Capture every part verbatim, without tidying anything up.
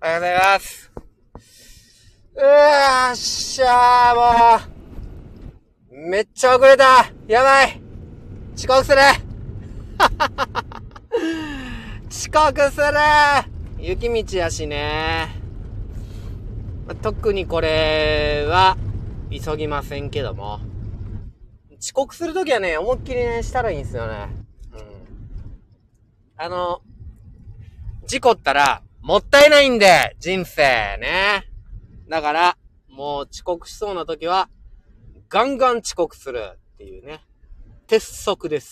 おはようございます。うわーっしゃーもう、めっちゃ遅れた。やばい。遅刻する。遅刻する。雪道やしね。特にこれは急ぎませんけども。遅刻するときはね、思いっきりね、したらいいんですよね。うん。あの、事故ったら、もったいないんで、人生ね。だから、もう遅刻しそうな時は、ガンガン遅刻するっていうね。鉄則です。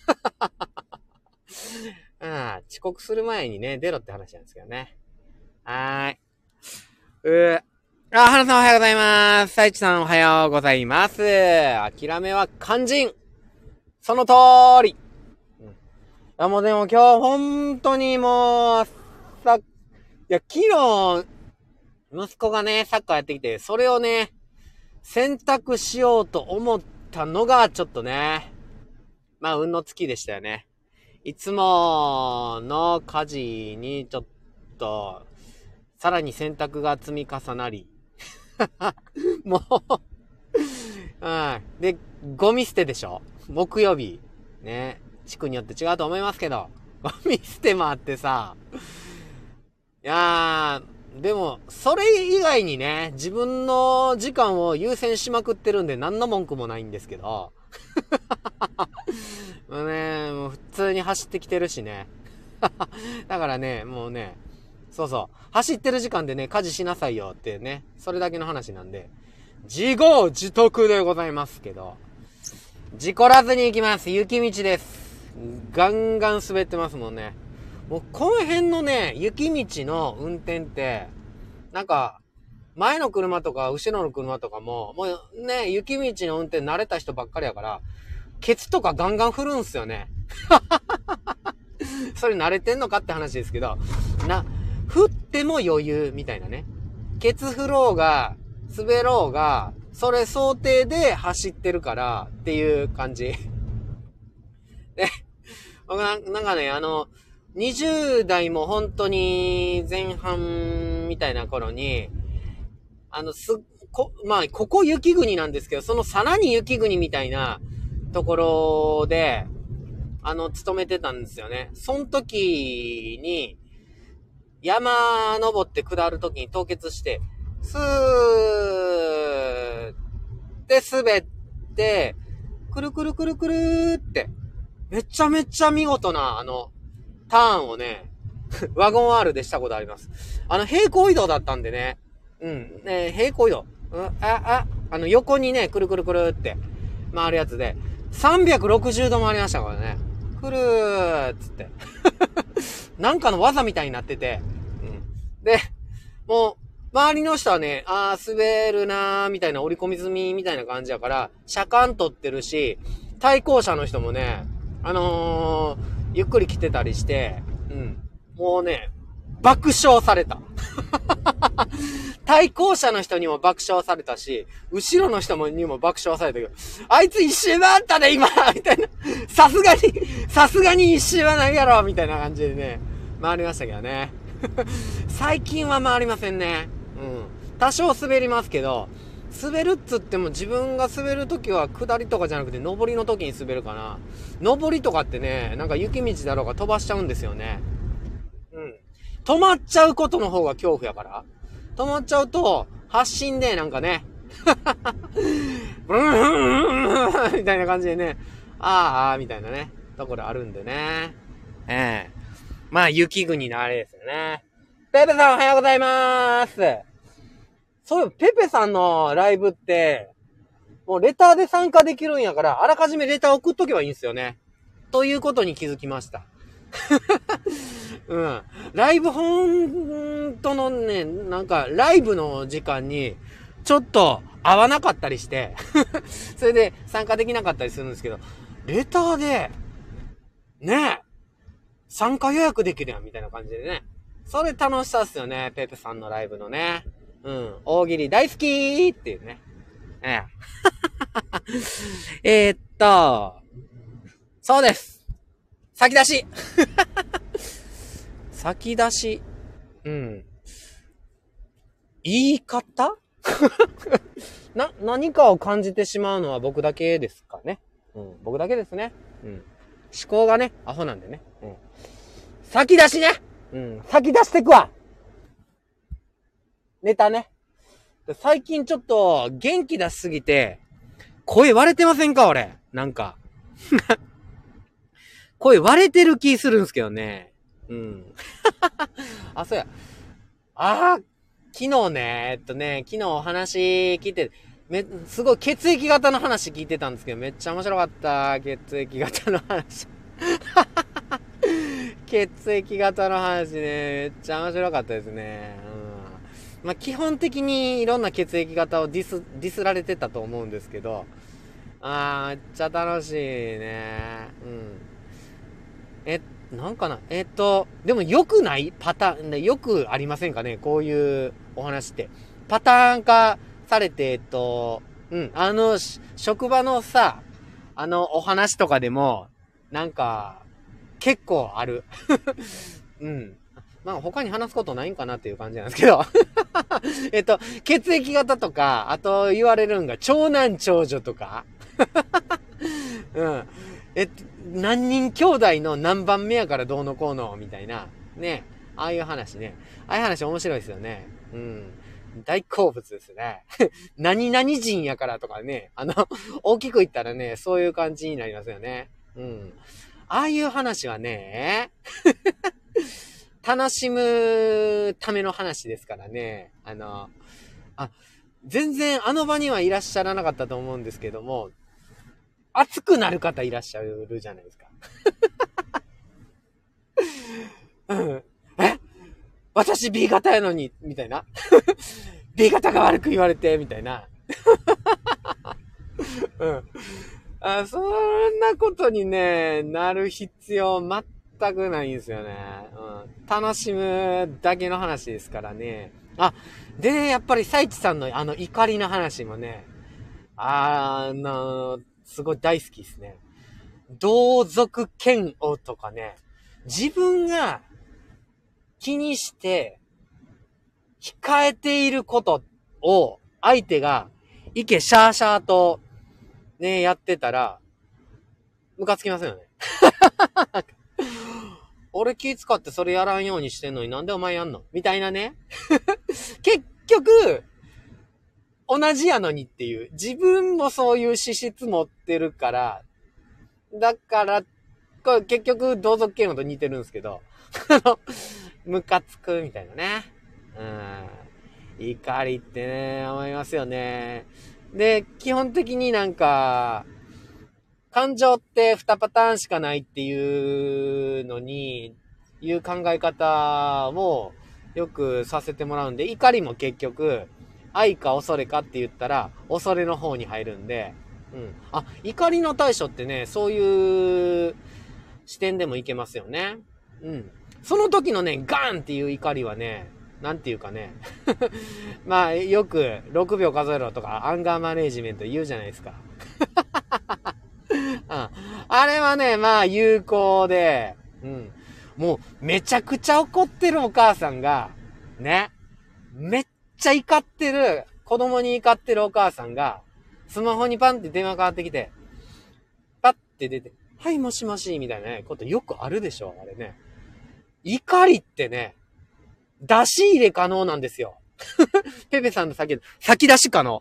うん、遅刻する前にね、出ろって話なんですけどね。はーい。うー。あ、花さんおはようございます。さいちさんおはようございます。諦めは肝心。その通り。うん、あ、もうでも今日本当にもう、さ、いや、昨日、息子がね、サッカーやってきて、それをね、選択しようと思ったのが、ちょっとね、まあ、運の尽きでしたよね。いつもの家事にちょっと、さらに選択が積み重なり、もう、うん。で、ゴミ捨てでしょ？木曜日。ね。地区によって違うと思いますけど、ゴミ捨てもあってさ、いやー、でも、それ以外にね、自分の時間を優先しまくってるんで何の文句もないんですけど、もうね、もう普通に走ってきてるしね。だからね、もうね、そうそう、走ってる時間でね、家事しなさいよってね、それだけの話なんで、自業自得でございますけど、事故らずに行きます。雪道です。ガンガン滑ってますもんね。もうこの辺のね、雪道の運転って、なんか、前の車とか後ろの車とかも、もうね、雪道の運転慣れた人ばっかりやから、ケツとかガンガン振るんすよね。それ慣れてんのかって話ですけど、な、振っても余裕みたいなね。ケツ振ろうが、滑ろうが、それ想定で走ってるからっていう感じ。で、僕な、なんかね、あの、にじゅう代も本当に前半みたいな頃に、あの、すっこ、まあ、ここ雪国なんですけど、そのさらに雪国みたいなところで、あの、勤めてたんですよね。その時に、山登って下る時に凍結して、スーって滑って、くるくるくるくるって、めちゃめちゃ見事な、あの、ターンをね、ワゴン アール でしたことあります。あの、平行移動だったんでね、うん、ね、平行移動。うん、あ、あ、あの、横にね、くるくるくるって回るやつで、さんびゃくろくじゅうど回りましたからね。くるーっつって。なんかの技みたいになってて、うん。で、もう、周りの人はね、あー、滑るなー、みたいな折り込み済みみたいな感じやから、車間取ってるし、対向車の人もね、あのー、ゆっくり来てたりして、うん。もうね、爆笑された。対向車の人にも爆笑されたし、後ろの人もにも爆笑されたけど、あいつ一周回ったで今みたいな。さすがに、さすがに一周はないやろみたいな感じでね、回りましたけどね。最近は回りませんね。うん。多少滑りますけど、滑るっつっても自分が滑るときは下りとかじゃなくて上りのときに滑るかな。上りとかってね、なんか雪道だろうが飛ばしちゃうんですよね。うん。止まっちゃうことの方が恐怖やから。止まっちゃうと、発進でなんかね、ブルーンみたいな感じでね、あーあーみたいなね、ところあるんでね。ええまあ、雪国のあれですよね。ペペさんおはようございまーす。そう、ペペさんのライブって、もうレターで参加できるんやから、あらかじめレター送っとけばいいんですよね。ということに気づきました。うん。ライブ本当のね、なんか、ライブの時間に、ちょっと合わなかったりして、それで参加できなかったりするんですけど、レターで、ね、参加予約できるやん、みたいな感じでね。それ楽しさっすよね、ペペさんのライブのね。うん。大喜利大好きーっていうね。ええ。えーっと、そうです。先出し先出し。うん。 言い方な、何かを感じてしまうのは僕だけですかね。うん、僕だけですね。うん。思考がね、アホなんでね。うん。先出しね。うん、先出してくわ。ネタね。最近ちょっと元気出しすぎて、声割れてませんか俺。なんか。声割れてる気するんすけどね。うん。あ、そうや。ああ、昨日ね、えっとね、昨日お話聞いて、め、すごい血液型の話聞いてたんですけど、めっちゃ面白かった。血液型の話。血液型の話ね、めっちゃ面白かったですね。うん。まあ、基本的にいろんな血液型をディス、ディスられてたと思うんですけど、あー、めっちゃ楽しいね。うん。え、なんかなえっと、でも良くないパターンで、よくありませんかねこういうお話って。パターン化されて、えっと、うん、あの、職場のさ、あの、お話とかでも、なんか、結構ある。うん。まあ他に話すことないんかなっていう感じなんですけど。えっと、血液型とか、あと言われるんが長男長女とか。うん。えっと、何人兄弟の何番目やからどうのこうの、みたいな。ね。ああいう話ね。ああいう話面白いですよね。うん。大好物ですね。何々人やからとかね。あの、大きく言ったらね、そういう感じになりますよね。うん。ああいう話はね、楽しむための話ですからね。あの、あ、全然あの場にはいらっしゃらなかったと思うんですけども、熱くなる方いらっしゃるじゃないですか。うん。え私 B 型やのに、みたいな。B 型が悪く言われて、みたいな。うん。あ、そんなことにね、なる必要全くないんですよね。うん。楽しむだけの話ですからね。あ、でね、やっぱりサイチさんのあの怒りの話もね、あの、すごい大好きですね。同族嫌悪とかね、自分が気にして控えていることを相手がいけシャーシャーとね、やってたら、ムカつきますよね。俺気使ってそれやらんようにしてんのになんでお前やんのみたいなね。結局、同じやのにっていう。自分もそういう資質持ってるから、だから、これ結局同族嫌悪と似てるんですけど、あの、ムカつくみたいなね。うん。怒りってね、思いますよね。で、基本的になんか、感情ってにパターンしかないっていうのに、いう考え方をよくさせてもらうんで、怒りも結局、愛か恐れかって言ったら、恐れの方に入るんで、うん。あ、怒りの対処ってね、そういう視点でもいけますよね。うん。その時のね、ガーンっていう怒りはね、なんていうかね。まあ、よくろくびょう数えろとか、アンガーマネージメント言うじゃないですか。うん。あれはね、まあ、有効で、うん。もう、めちゃくちゃ怒ってるお母さんが、ね、めっちゃ怒ってる、子供に怒ってるお母さんが、スマホにパンって電話かかってきて、パッて出て、はい、もしもし、みたいなね、ことよくあるでしょ、あれね。怒りってね、出し入れ可能なんですよ。ペペさんの先、先出し可能。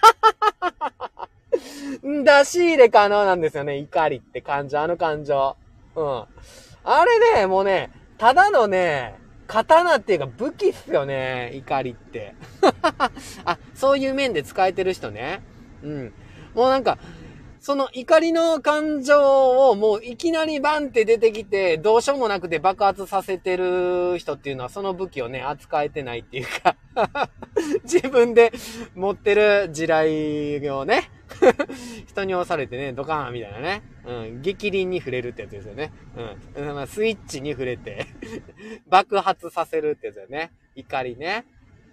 出し入れ可能なんですよね、怒りって感情、あの感情。うん。あれね、もうね、ただのね、刀っていうか武器っすよね、怒りって。あ、そういう面で使えてる人ね。うん。もうなんか、その怒りの感情をもういきなりバンって出てきて、どうしようもなくて爆発させてる人っていうのはその武器をね、扱えてないっていうか、自分で持ってる地雷をね、人に押されてね、ドカーンみたいなね。うん。激鱗に触れるってやつですよね。うん。まあ、スイッチに触れて、爆発させるってやつだよね。怒りね。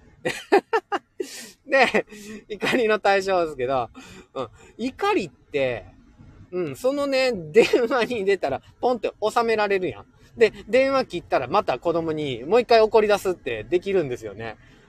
で、怒りの対象ですけど、うん。怒りって、うん、そのね、電話に出たら、ポンって収められるやん。で、電話切ったらまた子供にもう一回怒り出すってできるんですよね。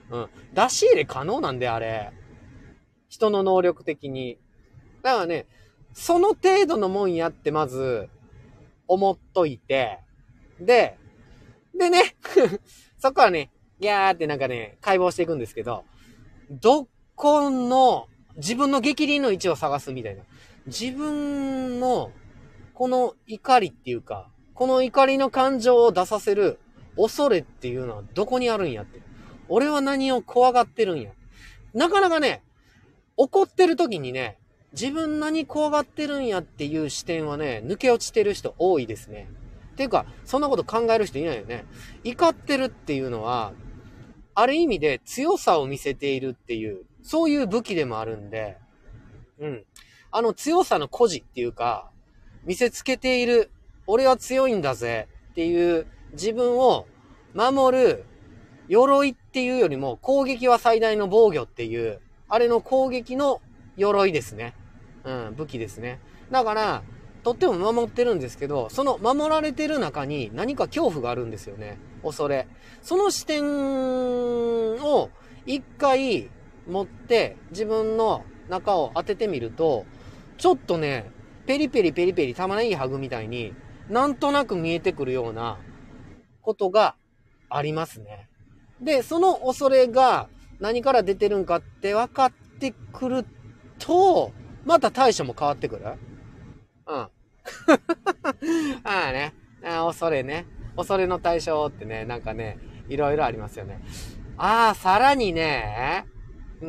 うん。出し入れ可能なんで、あれ。人の能力的に。だからね、その程度のもんやってまず、思っといて、で、でね、そこはね、ギャーってなんかね、解剖していくんですけど、どこの、自分の逆鱗の位置を探すみたいな。自分の、この怒りっていうか、この怒りの感情を出させる恐れっていうのはどこにあるんやって。俺は何を怖がってるんや。なかなかね、怒ってる時にね、自分何怖がってるんやっていう視点はね、抜け落ちてる人多いですね。っていうか、そんなこと考える人いないよね。怒ってるっていうのは、ある意味で強さを見せているっていう、そういう武器でもあるんで、うん。あの強さの誇示っていうか、見せつけている、俺は強いんだぜっていう自分を守る鎧っていうよりも攻撃は最大の防御っていう、あれの攻撃の鎧ですね。うん、武器ですね。だから、とっても守ってるんですけど、その守られてる中に何か恐怖があるんですよね。恐れ。その視点を一回持って自分の中を当ててみると、ちょっとね、ペリペリペリペリ玉ねぎ剥ぐみたいになんとなく見えてくるようなことがありますね。で、その恐れが何から出てるんかって分かってくると、また対処も変わってくる。うん。ああね。ああ、恐れね。恐れの対処ってね、なんかね、いろいろありますよね。ああ、さらにね、うん。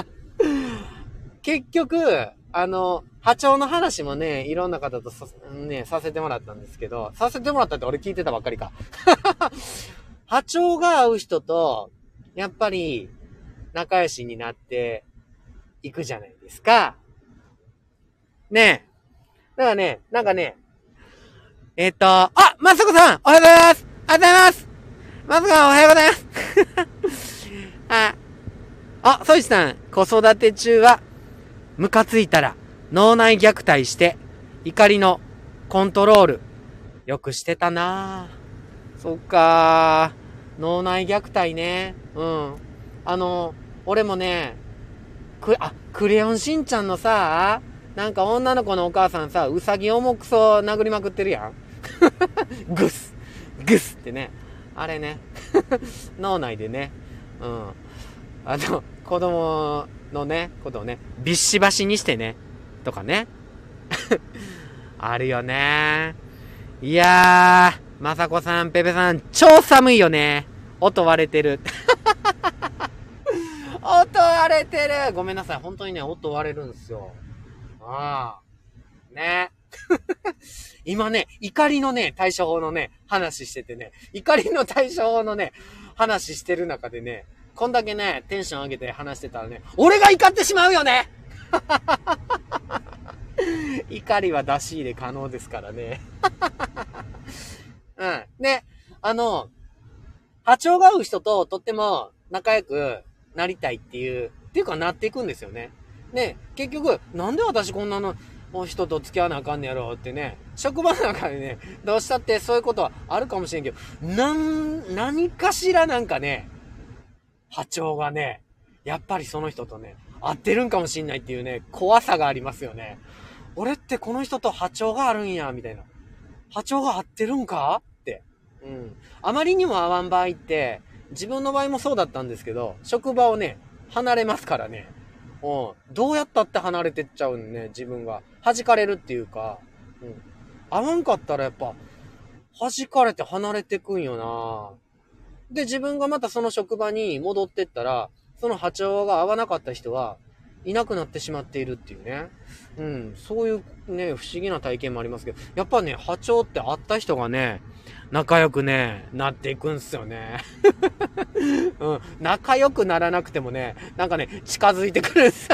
結局、あの、波長の話もね、いろんな方とさ、ね、させてもらったんですけど、させてもらったって俺聞いてたばっかりか。波長が合う人と、やっぱり、仲良しになっていくじゃないですか。ねえ。だからね、なんかね、えっと、あ、まさこさんおはようございますおはようございますまさこさんおはようございますあ、あ、ソイチさん、子育て中は、ムカついたら、脳内虐待して、怒りのコントロール、よくしてたなぁ。そっかー。脳内虐待ね。うん。あの、俺もね、く、あ、クレヨンしんちゃんのさ、なんか女の子のお母さんさ、うさぎ重くそ殴りまくってるやん。グスグスってね。あれね。脳内でね。うん。あの、子供のね、ことをね、ビッシバシにしてね。とかね。あるよね。いやー、まさこさん、ペペさん、超寒いよね。音割れてる。音割れてる。ごめんなさい。本当にね、音割れるんですよ。ああ。ね。今ね、怒りのね、対処法のね、話しててね、怒りの対処法のね、話してる中でね、こんだけね、テンション上げて話してたらね、俺が怒ってしまうよね怒りは出し入れ可能ですからね。うん。で、あの、波長が合う人ととっても仲良くなりたいっていう、っていうかなっていくんですよね。で、結局、なんで私こんなの人と付き合わなあかんねやろってね、職場の中でね、どうしたってそういうことはあるかもしれんけど、なん、何かしらなんかね、波長がね、やっぱりその人とね、合ってるんかもしんないっていうね、怖さがありますよね。俺ってこの人と波長があるんや、みたいな。波長が合ってるんかって。うん。あまりにも合わん場合って、自分の場合もそうだったんですけど、職場をね、離れますからね。うん。どうやったって離れてっちゃうんね、自分が。弾かれるっていうか、うん。合わんかったらやっぱ、弾かれて離れてくんよな。で、自分がまたその職場に戻ってったら、その波長が合わなかった人はいなくなってしまっているっていうね。うん、そういうね、不思議な体験もありますけど、やっぱね、波長ってあった人がね、仲良くね、なっていくんすよね。うん、仲良くならなくてもね、なんかね、近づいてくるんす。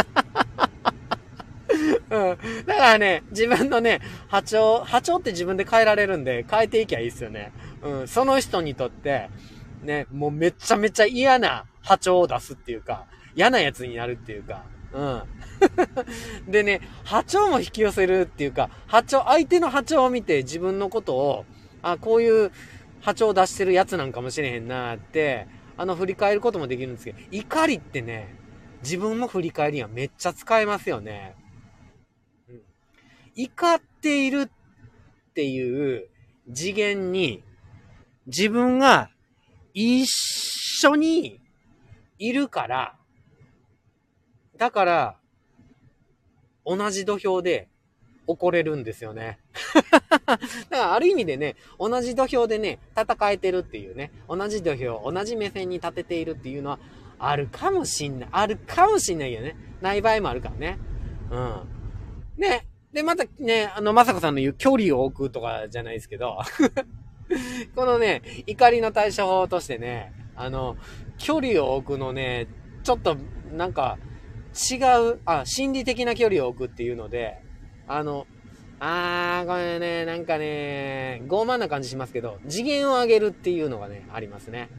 うん。だからね、自分のね、波長、波長って自分で変えられるんで、変えていきゃいいっすよね。うん、その人にとって、ね、もうめちゃめちゃ嫌な波長を出すっていうか、嫌なやつになるっていうか、うん。でね、波長も引き寄せるっていうか、波長、相手の波長を見て自分のことを、あ、こういう波長を出してるやつなんかもしれへんなってあの、振り返ることもできるんですけど、怒りってね、自分の振り返りはめっちゃ使えますよね。うん、怒っているっていう次元に、自分が一緒にいるから、だから、同じ土俵で怒れるんですよね。だからある意味でね、同じ土俵でね、戦えてるっていうね、同じ土俵、同じ目線に立てているっていうのは、あるかもしんない。あるかもしんないよね。ない場合もあるからね。うん。ね。で、またね、あの、まさこさんの言う距離を置くとかじゃないですけど、このね、怒りの対処法としてね、あの、距離を置くのね、ちょっと、なんか、違う、あ、心理的な距離を置くっていうので、あの、あー、これね、なんかね、傲慢な感じしますけど、次元を上げるっていうのがね、ありますね。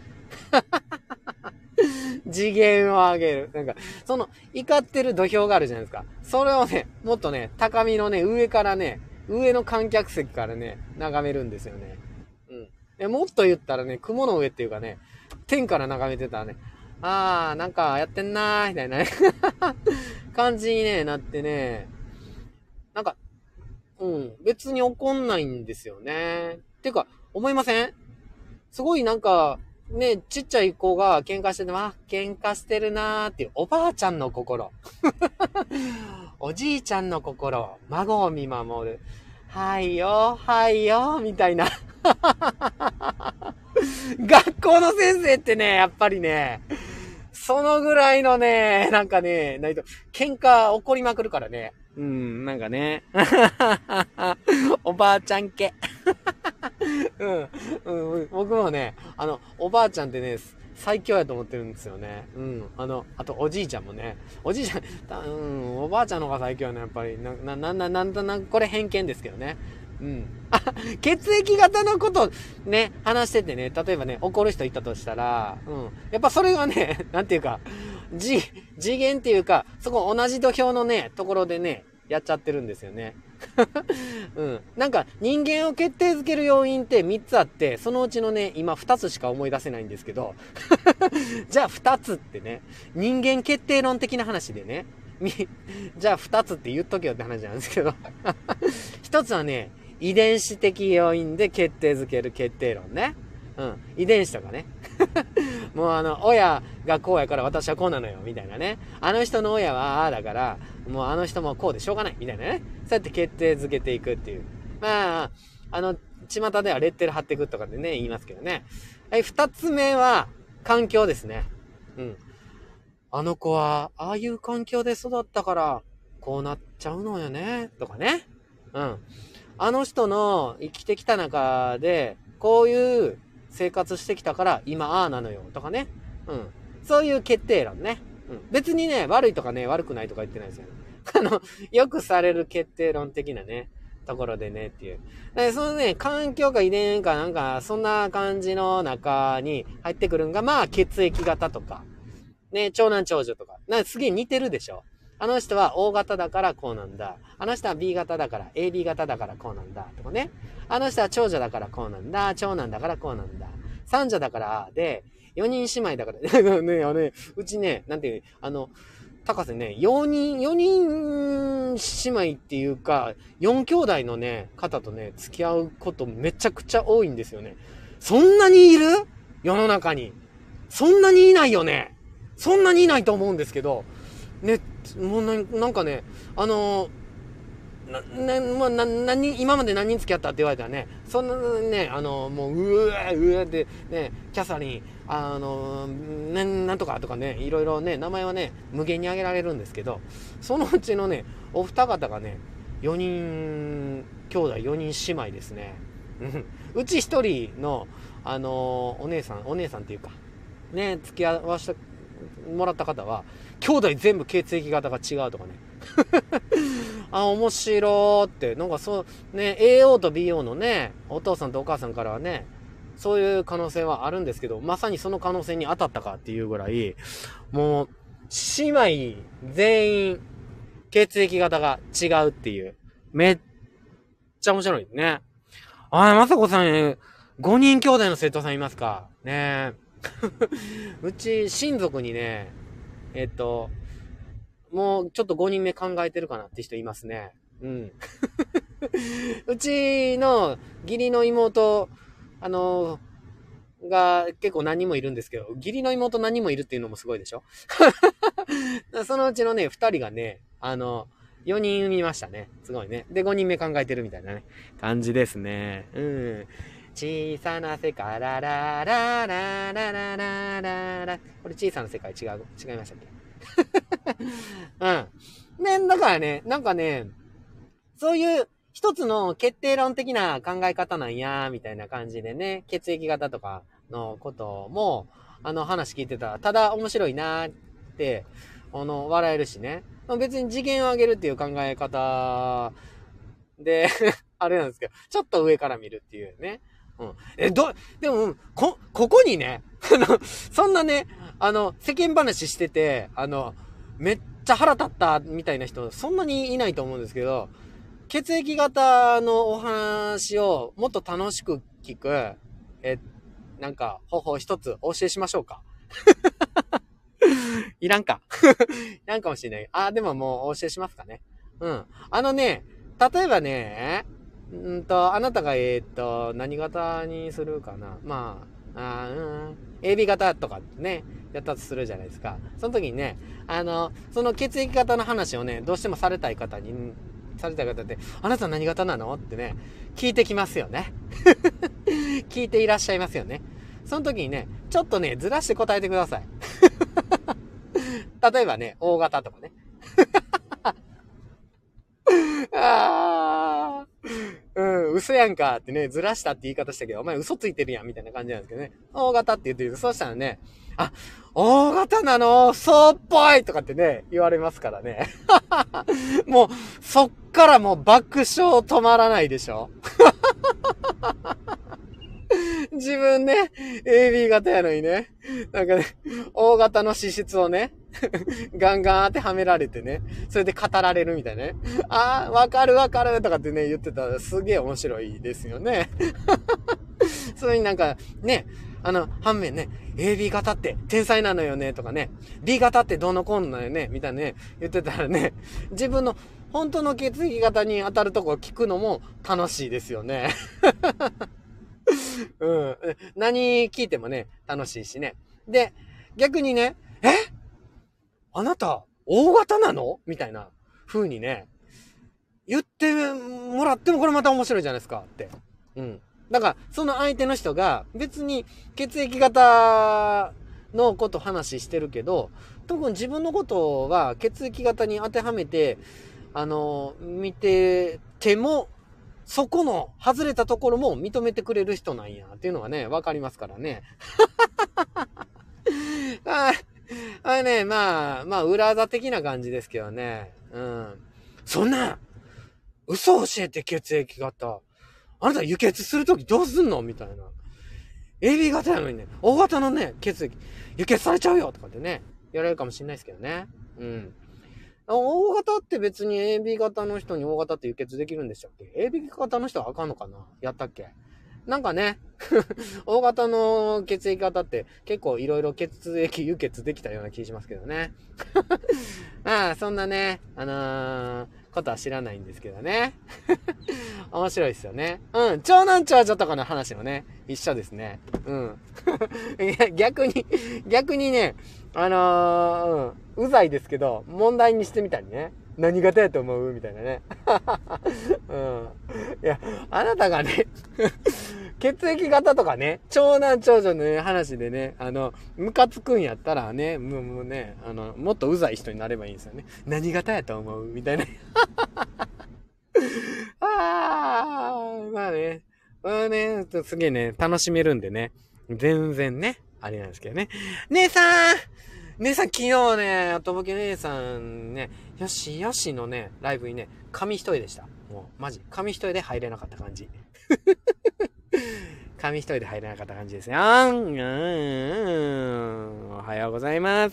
次元を上げる。なんか、その、怒ってる土俵があるじゃないですか。それをね、もっとね、高みのね、上からね、上の観客席からね、眺めるんですよね。うん。でもっと言ったらね、雲の上っていうかね、天から眺めてたらね、あー、なんかやってんなー、みたいなね、感じに、ね、なってね、なんか、うん、別に怒んないんですよね。てか、思いません？すごいなんか、ね、ちっちゃい子が喧嘩してて、あ、喧嘩してるなーっていう、おばあちゃんの心。おじいちゃんの心。孫を見守る。はいよ、はいよ、みたいな。学校の先生ってね、やっぱりね、そのぐらいのね、なんかね、ないと、喧嘩起こりまくるからね。うん、なんかね。おばあちゃん系。うん、うん、僕もね、あの、おばあちゃんってね、最強やと思ってるんですよね。うん。あの、あと、おじいちゃんもね。おじいちゃん、うん、おばあちゃんの方が最強やね、やっぱり。な、な、な、な、なんとなく、これ偏見ですけどね。うん。あ、血液型のことね、話しててね、例えばね、怒る人いたとしたら、うん。やっぱそれがね、なんていうか、じ、次元っていうか、そこ同じ土俵のね、ところでね、やっちゃってるんですよね。うん。なんか人間を決定づける要因ってみっつあって、そのうちのね、今ふたつしか思い出せないんですけど、じゃあふたつってね、人間決定論的な話でね、じゃあふたつって言っとけよって話なんですけど、ひとつはね、遺伝子的要因で決定づける決定論ね。うん。遺伝子とかね。もうあの、親がこうやから私はこうなのよ、みたいなね。あの人の親はああだから、もうあの人もこうでしょうがない、みたいなね。そうやって決定づけていくっていう。まあ、あの、巷ではレッテル貼っていくとかでね、言いますけどね。はい、二つ目は、環境ですね。うん。あの子は、ああいう環境で育ったから、こうなっちゃうのよね、とかね。うん。あの人の生きてきた中で、こういう生活してきたから今ああなのよとかね。うん。そういう決定論ね。うん。別にね、悪いとかね、悪くないとか言ってないですよ。あの、よくされる決定論的なね、ところでねっていう。でそのね、環境か遺伝かなんか、そんな感じの中に入ってくるんが、まあ、血液型とか、ね、長男長女とか。なんかすげえ似てるでしょ。あの人は O 型だからこうなんだ。あの人は B 型だから、エービー 型だからこうなんだ。とかね。あの人は長女だからこうなんだ。長男だからこうなんだ。三女だから、で、よにん姉妹だから、ね、あのね、うちね、なんていう、あの、高瀬ね、よにん、よにん姉妹っていうか、よん兄弟のね、方とね、付き合うことめちゃくちゃ多いんですよね。そんなにいる？世の中に。そんなにいないよね。そんなにいないと思うんですけど、ね、もうな、なんかね、あのー、な、な、まあ、な、何人、今まで何人付き合ったって言われたらね、そんなね、あのー、もう、うわうわってね、キャサリン、あのー、ね、なんとかとかね、いろいろね、名前はね、無限に挙げられるんですけど、そのうちのね、お二方がね、よにん、兄弟よにん姉妹ですね。うち一人の、あのー、お姉さん、お姉さんっていうか、ね、付き合わせてもらった方は、兄弟全部血液型が違うとかね。あ、面白ーって。なんかそう、ね、エーオー と ビーオー のね、お父さんとお母さんからはね、そういう可能性はあるんですけど、まさにその可能性に当たったかっていうぐらい、もう、姉妹全員、血液型が違うっていう。めっちゃ面白いね。あ、まさこさん、ごにん兄弟の生徒さんいますかね。 うち親族にね、えっと、もうちょっとごにんめ考えてるかなって人いますね。うん。うちの義理の妹、あのが結構何人もいるんですけど、義理の妹何人もいるっていうのもすごいでしょそのうちのね、ふたりがね、あの、よにん産みましたね。すごいね。で、ごにんめ考えてるみたいなね、感じですね。うん。小さな世界、ラララララララララ。これ小さな世界違う、違いましたっけうん。ね、だからね、なんかね、そういう一つの決定論的な考え方なんや、みたいな感じでね、血液型とかのことも、あの話聞いてたら、ただ面白いなーって、あの、笑えるしね。別に次元を上げるっていう考え方で、あれなんですけど、ちょっと上から見るっていうね。うん。え、ど、でも、こ、ここにね、あの、そんなね、あの、世間話してて、あの、めっちゃ腹立ったみたいな人、そんなにいないと思うんですけど、血液型のお話をもっと楽しく聞く、え、なんか方法一つお教えしましょうか。いらんか。いらんかもしれない。あ、でももうお教えしますかね。うん。あのね、例えばね、うんと、あなたがえー、っと、何型にするかな。まあ、あうん、エービー 型とかね、やったとするじゃないですか。その時にね、あの、その血液型の話をね、どうしてもされたい方に、されたい方って、あなた何型なのってね、聞いてきますよね。聞いていらっしゃいますよね。その時にね、ちょっとね、ずらして答えてください。例えばね、大型とかね。あうん、嘘やんかってね、ずらしたって言い方したけど、お前嘘ついてるやんみたいな感じなんですけどね。大型って言ってると、そうしたらね、あ、大型なのそうっぽいとかってね、言われますからね。もう、そっからもう爆笑止まらないでしょ自分ね、エービー 型やのにね、なんかね、大型の資質をね、ガンガン当てはめられてね、それで語られるみたいなね。ああ、わかるわかるとかってね、言ってたらすげえ面白いですよね。そういうなんか、ね、あの、反面ね、エービー 型って天才なのよね、とかね、B 型ってどうのこうのよね、みたいなね、言ってたらね、自分の本当の血液型に当たるとこ聞くのも楽しいですよね。うん。何聞いてもね、楽しいしね。で、逆にね、えあなた、大型なのみたいな風にね、言ってもらってもこれまた面白いじゃないですかって。うん。だから、その相手の人が別に血液型のこと話してるけど、特に自分のことは血液型に当てはめて、あの、見てても、そこの外れたところも認めてくれる人なんやっていうのがね、わかりますからね。ああれね、まあ、まあ、裏技的な感じですけどね。うん。そんな、嘘を教えて血液型。あなた輸血するときどうすんのみたいな。エービー 型やのにね、大型のね、血液、輸血されちゃうよとかってね、言われるかもしれないですけどね。うん。大型って別に エービー 型の人に大型って輸血できるんでしたっけ？ エービー 型の人はあかんのかな？やったっけ？なんかね、大型の血液型って結構いろいろ血液輸血できたような気しますけどね。ああ、そんなね、あのー、ことは知らないんですけどね。面白いですよね。うん。長男長女とかの話もね、一緒ですね。うん。逆に、逆にね、あのー、うん、うざいですけど、問題にしてみたりね。何型やと思うみたいなね。うん。いや、あなたがね、血液型とかね、長男長女の、ね、話でね、あの、ムカつくんやったらね、もうもうね、あの、もっとうざい人になればいいんですよね。何型やと思うみたいな。あー、まあね。まあね、すげえね、楽しめるんでね。全然ね、あれなんですけどね。姉さん姉さん昨日ね、とぼけ姉さんね、よしよしのね、ライブにね、紙一重でした。もう、マジ。紙一重で入れなかった感じ。紙一重で入れなかった感じですよ。うん、うん、おはようございます。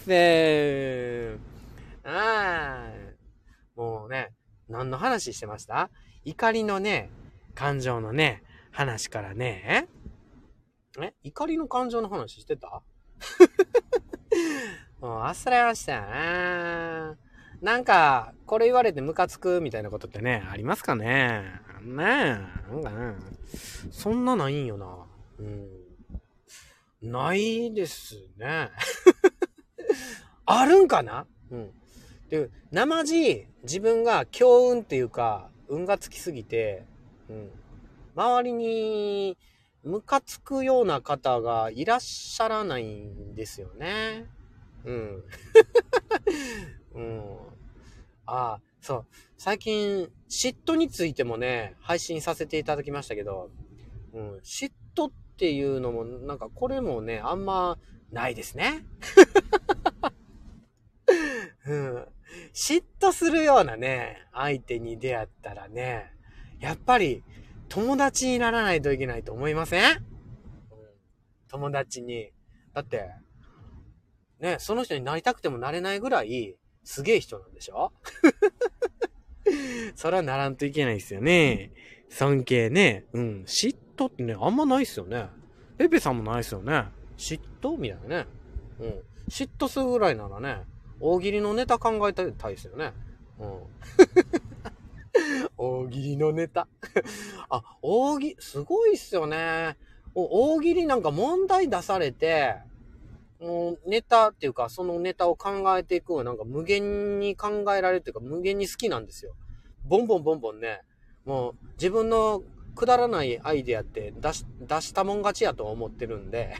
あー、もうね、何の話してました？怒りのね、感情のね、話からね、え怒りの感情の話してた？ もう忘れましたよね。なんか、これ言われてムカつくみたいなことってね、ありますかね。ねえ、なんかね、そんなないんよな。うん。ないですね。あるんかな。うん。で、生地、自分が強運っていうか、運がつきすぎて、うん。周りに、ムカつくような方がいらっしゃらないんですよね。うん。うん。ああ、そう。最近、嫉妬についてもね、配信させていただきましたけど、うん。嫉妬っていうのも、なんかこれもね、あんまないですね。うん。嫉妬するようなね、相手に出会ったらね、やっぱり友達にならないといけないと思いません？うん、友達に。だって、ね、その人になりたくてもなれないぐらい、すげえ人なんでしょ？それはならんといけないですよね。尊敬ね。うん。嫉妬ってね、あんまないっすよね。ペペさんもないっすよね。嫉妬みたいなね。うん。嫉妬するぐらいならね、大喜利のネタ考えたいですよね。うん。大喜利のネタ。あ、大喜利、すごいっすよね。大喜利なんか問題出されて、もうネタっていうか、そのネタを考えていくのはなんか無限に考えられるっていうか、無限に好きなんですよ。ボンボンボンボンね、もう自分のくだらないアイデアって出し、出したもん勝ちやと思ってるんで、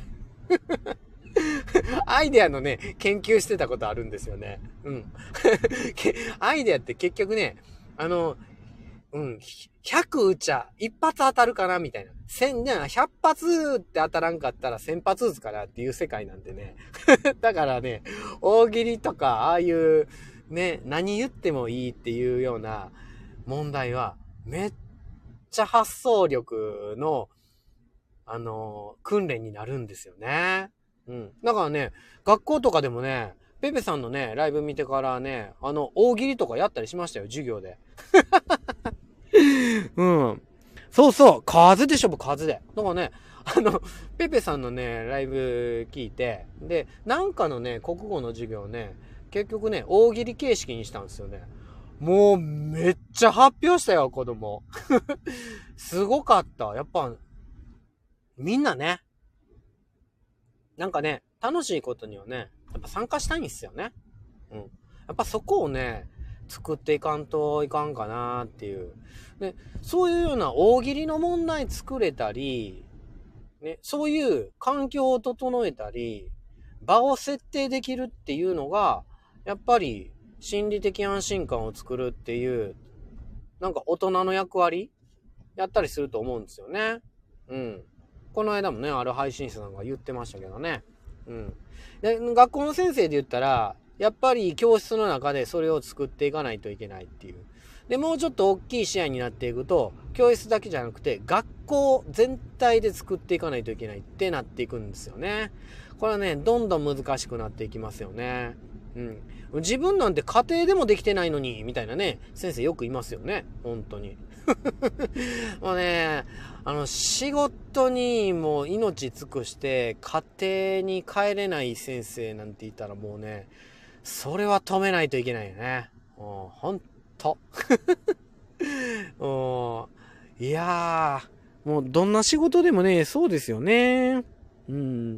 アイデアのね、研究してたことあるんですよね。うん。アイデアって結局ね、あの、うん、ひゃく打ちゃ一発当たるかなみたいな。千、ね、ひゃっ発って当たらんかったら千発打つかなっていう世界なんでね。だからね、大喜利とか、ああいう、ね、何言ってもいいっていうような問題は、めっちゃ発想力の、あのー訓練になるんですよね。うん。だからね、学校とかでもね、ペペさんのね、ライブ見てからね、あの、大喜利とかやったりしましたよ、授業で。うん。そうそう、数で勝負、数で。だからね、あの、ペペさんのね、ライブ聞いて、で、なんかのね、国語の授業ね、結局ね、大喜利形式にしたんですよね。もう、めっちゃ発表したよ、子供。すごかった。やっぱ、みんなね、なんかね、楽しいことにはね、やっぱ参加したいんですよね。うん。やっぱそこをね、作っていかんといかんかなっていう。で、そういうような大喜利の問題作れたり、ね、そういう環境を整えたり、場を設定できるっていうのが、やっぱり心理的安心感を作るっていう、なんか大人の役割やったりすると思うんですよね。うん。この間もね、ある配信者さんが言ってましたけどね。うん。で、学校の先生で言ったら、やっぱり教室の中でそれを作っていかないといけないっていう。で、もうちょっと大きい視野になっていくと、教室だけじゃなくて、学校全体で作っていかないといけないってなっていくんですよね。これはね、どんどん難しくなっていきますよね。うん。自分なんて家庭でもできてないのに、みたいなね、先生よくいますよね。本当に。もうね、あの、仕事にもう命尽くして、家庭に帰れない先生なんていたらもうね、それは止めないといけないよね。もう、ほんと。もう、いやー、もうどんな仕事でもね、そうですよね。うん。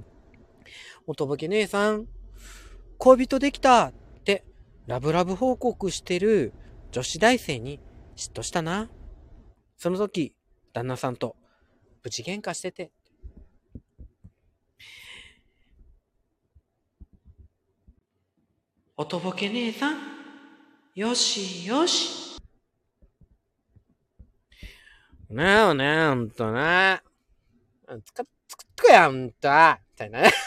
おとぼけ姉さん、恋人できたって、ラブラブ報告してる女子大生に嫉妬したな。その時、旦那さんとプチ喧嘩してて。おとぼけ姉さん、よしよし。ねえよね、ほんとね。つか、つくっとや、ほんと。みたいなね。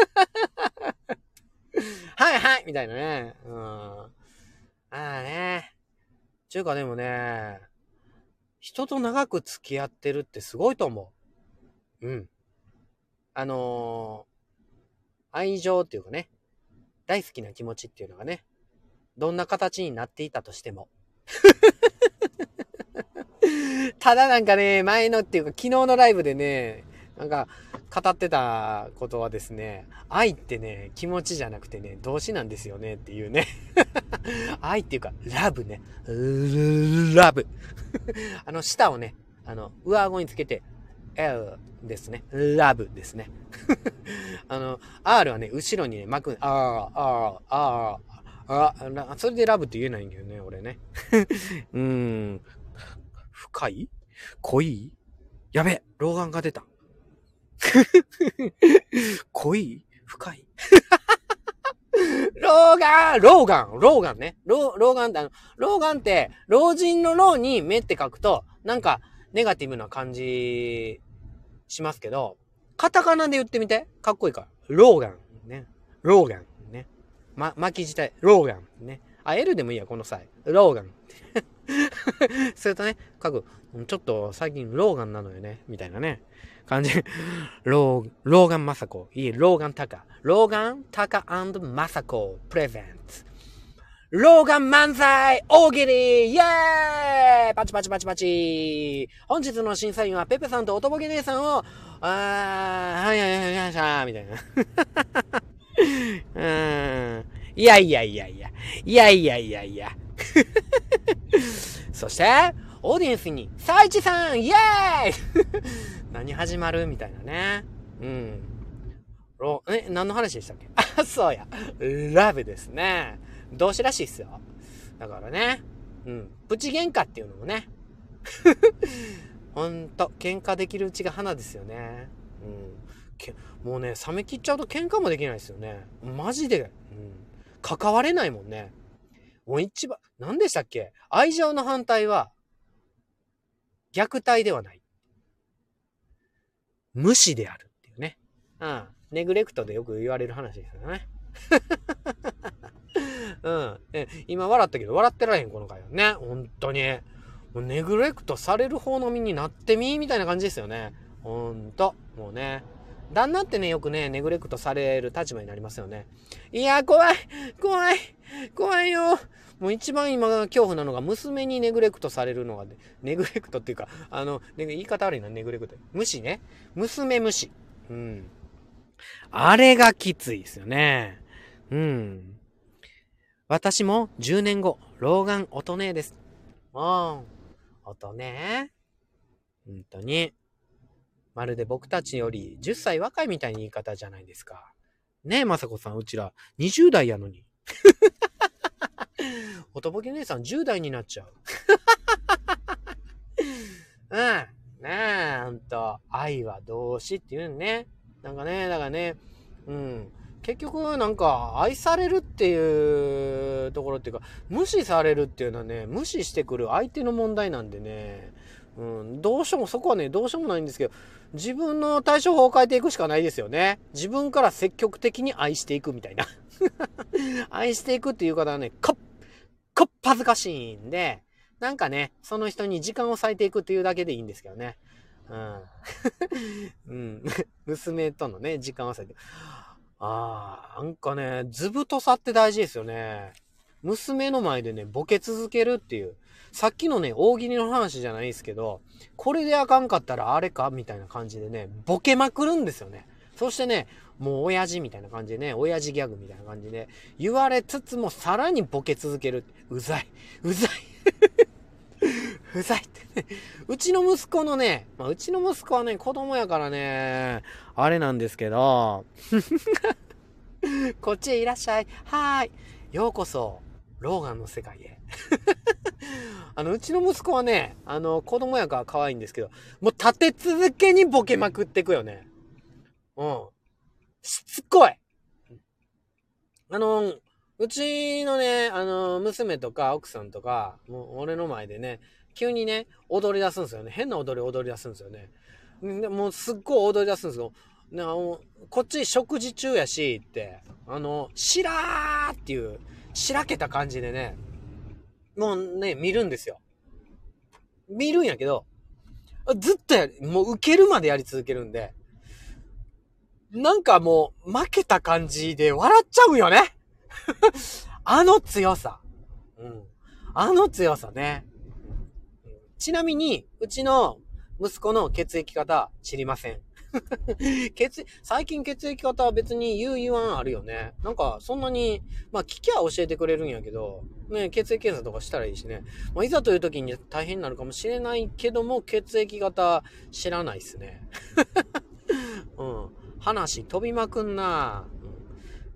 はいはいみたいなね。うん。ああね。ちゅうかでもね、人と長く付き合ってるってすごいと思う。うん。あのー、愛情っていうかね、大好きな気持ちっていうのがね、どんな形になっていたとしても。ただなんかね、前のっていうか昨日のライブでね、 なんか、語ってたことはですね、愛ってね、気持ちじゃなくてね、動詞なんですよねっていうね。愛っていうか、ラブね。ラブ。あの、舌をね、あの、上顎につけて、L ですね。ラブですね。あの、R はね、後ろにね、巻く、あー、あー、あー、あ、それでラブって言えないんだよね、俺ね。うーん。深い？濃い？やべ、老眼が出た。濃い？深い？老眼老眼老眼ね。老、老眼って、あの、老眼って、老人の老に目って書くと、なんか、ネガティブな感じしますけど、カタカナで言ってみて。かっこいいから。老眼。ね。老眼。ね。ま、巻き自体。老眼。ね。あ、L でもいいや、この際。老眼。それとね、書く。ちょっと最近老眼なのよね。みたいなね。感じ。老、老眼まさこ。いい、老眼タカ。老眼タカ&まさこ。プレゼンツ。老眼漫才大喜利イェーイパチパチパチパチ本日の審査員はペペさんとおとぼけ姉さんを、あー、はいはいはいはいはい、みたいな。うーん。いやいやいやいや。いやいやいやいや。そして、オーディエンスに、サイチさんイェーイ何始まるみたいなね。うん。ロ、え、何の話でしたっけ？あ、そうや。ラブですね。動詞らしいっすよ。だからね。うん。プチ喧嘩っていうのもね。ほんと、喧嘩できるうちが花ですよね。うん。けもうね、冷め切っちゃうと喧嘩もできないですよね。マジで。うん。関われないもんね。もう一番、何でしたっけ？愛情の反対は、虐待ではない。無視であるっていうね。うん。ネグレクトでよく言われる話ですよね。うん。え、今笑ったけど、笑ってられへん、この回はね。本当に。もうネグレクトされる方の身になってみみたいな感じですよね。ほんと。もうね。旦那ってね、よくね、ネグレクトされる立場になりますよね。いや、怖い怖い怖いよもう一番今恐怖なのが、娘にネグレクトされるのが、ね、ネグレクトっていうか、あの、ね、言い方悪いな、ネグレクト。無視ね。娘無視。うん。あれがきついですよね。うん。私もじゅうねんご、老眼音ねえです。うん。音ねえ。本当に。まるで僕たちよりじゅっさい若いみたいな言い方じゃないですか。ねえ、まさこさん、うちらにじゅう代やのに。おとぼけ姉さんじゅう代になっちゃう。うん。ねえ、ほんと。愛は動詞っていうね。なんかね、だからね、うん。結局、なんか、愛されるっていうところっていうか、無視されるっていうのはね、無視してくる相手の問題なんでね、うん、どうしようも、そこはね、どうしようもないんですけど、自分の対処法を変えていくしかないですよね。自分から積極的に愛していくみたいな。愛していくっていう方はね、こっ、こっぱずかしいんで、なんかね、その人に時間を割いていくっていうだけでいいんですけどね。うん。うん。娘とのね、時間を割いて。ああ、なんかね、図太さって大事ですよね。娘の前でね、ボケ続けるっていう。さっきのね、大喜利の話じゃないですけど、これであかんかったらあれかみたいな感じでね、ボケまくるんですよね。そしてね、もう親父みたいな感じでね、親父ギャグみたいな感じで、言われつつもさらにボケ続ける。うざい。うざい。うざいってね。うちの息子のね、まあ、うちの息子はね、子供やからね、あれなんですけど、こっちへいらっしゃい。はーい。ようこそ、老眼の世界へ。あの、うちの息子はね、あの、子供やから可愛いんですけど、もう立て続けにボケまくってくよね。うん。しつこい。あの、うちのね、あの、娘とか奥さんとか、もう俺の前でね、急にね、踊り出すんですよね。変な踊り踊り出すんですよね。でもうすっごい踊り出すんですよ。ね、あの、こっち食事中やし、って、あの、しらーっていう、しらけた感じでね、もうね、見るんですよ。見るんやけど、ずっとやる、もう受けるまでやり続けるんで、なんかもう、負けた感じで笑っちゃうよね。あの強さ。うん。あの強さね。ちなみに、うちの息子の血液型知りません。 血、最近血液型は別に言う言わんあるよね。なんか、そんなに、まあ聞きゃ教えてくれるんやけど、ね、血液検査とかしたらいいしね。まあ、いざという時に大変になるかもしれないけども、血液型知らないっすね。うん。話飛びまくんな、うん、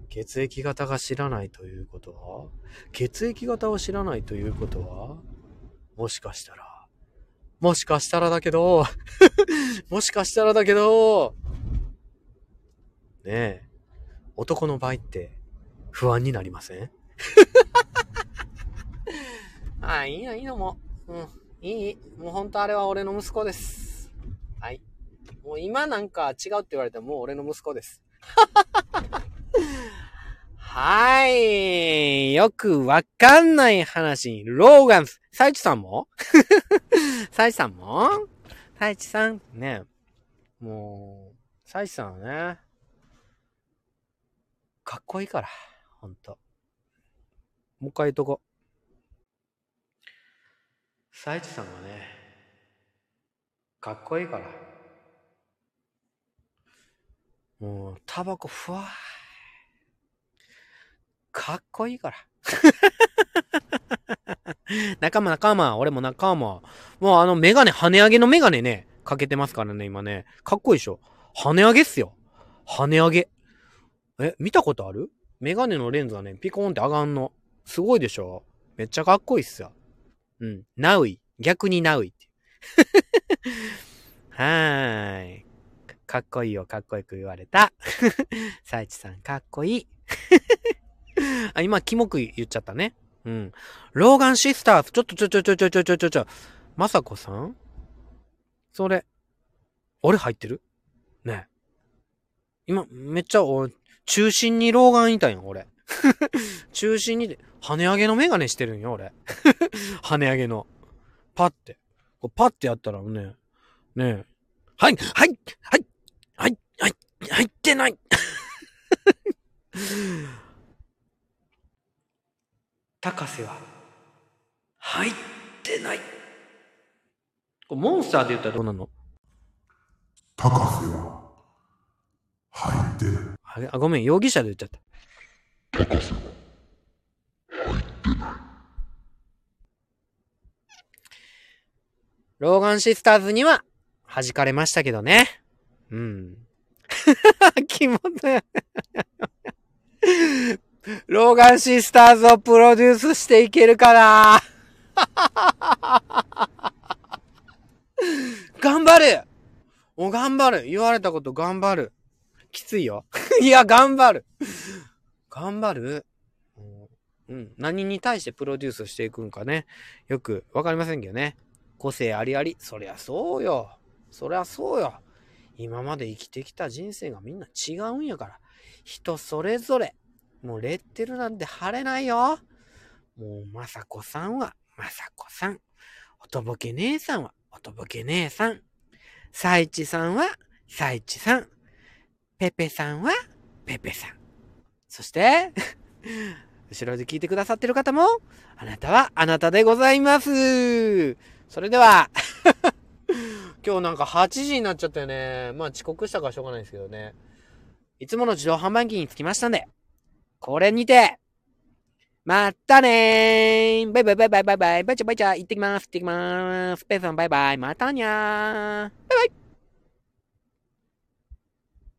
血液型が知らないということは血液型を知らないということはもしかしたら、もしかしたらだけど、もしかしたらだけど、ねえ、男の場合って不安になりません？ああ、いいの、いいのもう。うん、いい。もうほんとあれは俺の息子です。はい。もう今なんか違うって言われてももう俺の息子です。はい。よくわかんない話に、ローガンス。サイチさんもサイチさんもサイチさんね。もう、サイチさんはね、かっこいいから。ほんと。もう一回言っとこ。サイチさんはね、かっこいいから。もう、タバコふわー。かっこいいから。仲間仲間、俺も仲間。もうあのメガネ、跳ね上げのメガネね、かけてますからね、今ね。かっこいいでしょ。跳ね上げっすよ。跳ね上げ。え、見たことある？メガネのレンズがね、ピコーンって上がんの。すごいでしょ。めっちゃかっこいいっすよ。うん。ナウイ。逆にナウイって。はーい。かっこいいよ、かっこよく言われた。サイチさん、かっこいい。あ、今、キモく言っちゃったね。うん。ローガンシスターズ、ちょっとちょちょちょちょちょちょちょちょ。まさこさん？それ、俺入ってる？ねえ。今、めっちゃ、お、中心に老眼いたんよ、俺。中心にで、跳ね上げのメガネしてるんよ、俺。跳ね上げの。パッて。こうパッてやったらね、ねえ。はい、はい、はい、はい、はい、入ってない。高瀬は、入ってない。これモンスターで言ったらどうなの？ 高瀬は、入ってない。 あれ、あ、ごめん、容疑者で言っちゃった。 高瀬は、入ってない。 ローガンシスターズには弾かれましたけどね。うん。気持ちいい。ローガンシスターズをプロデュースしていけるかな。頑張る。もう頑張る。言われたこと頑張る。きついよ。いや、頑張る。頑張る。うん。何に対してプロデュースしていくんかね。よくわかりませんけどね。個性ありあり。そりゃそうよ。そりゃそうよ。今まで生きてきた人生がみんな違うんやから。人それぞれ。もうレッテルなんて貼れないよ。もうまさこさんはまさこさん。おとぼけ姉さんはおとぼけ姉さん。さいちさんはさいちさん。ペペさんはペペさん。そして後ろで聞いてくださってる方も、あなたはあなたでございます。それでは今日なんかはちじになっちゃったよね。まあ遅刻したからしょうがないですけどね。いつもの自動販売機に着きましたんで、これにて、まったねー。バイバイバイバイバイバイ。バイチャバイチャ。行ってきます。行ってきます。ペイさんバイバイ。またにゃー。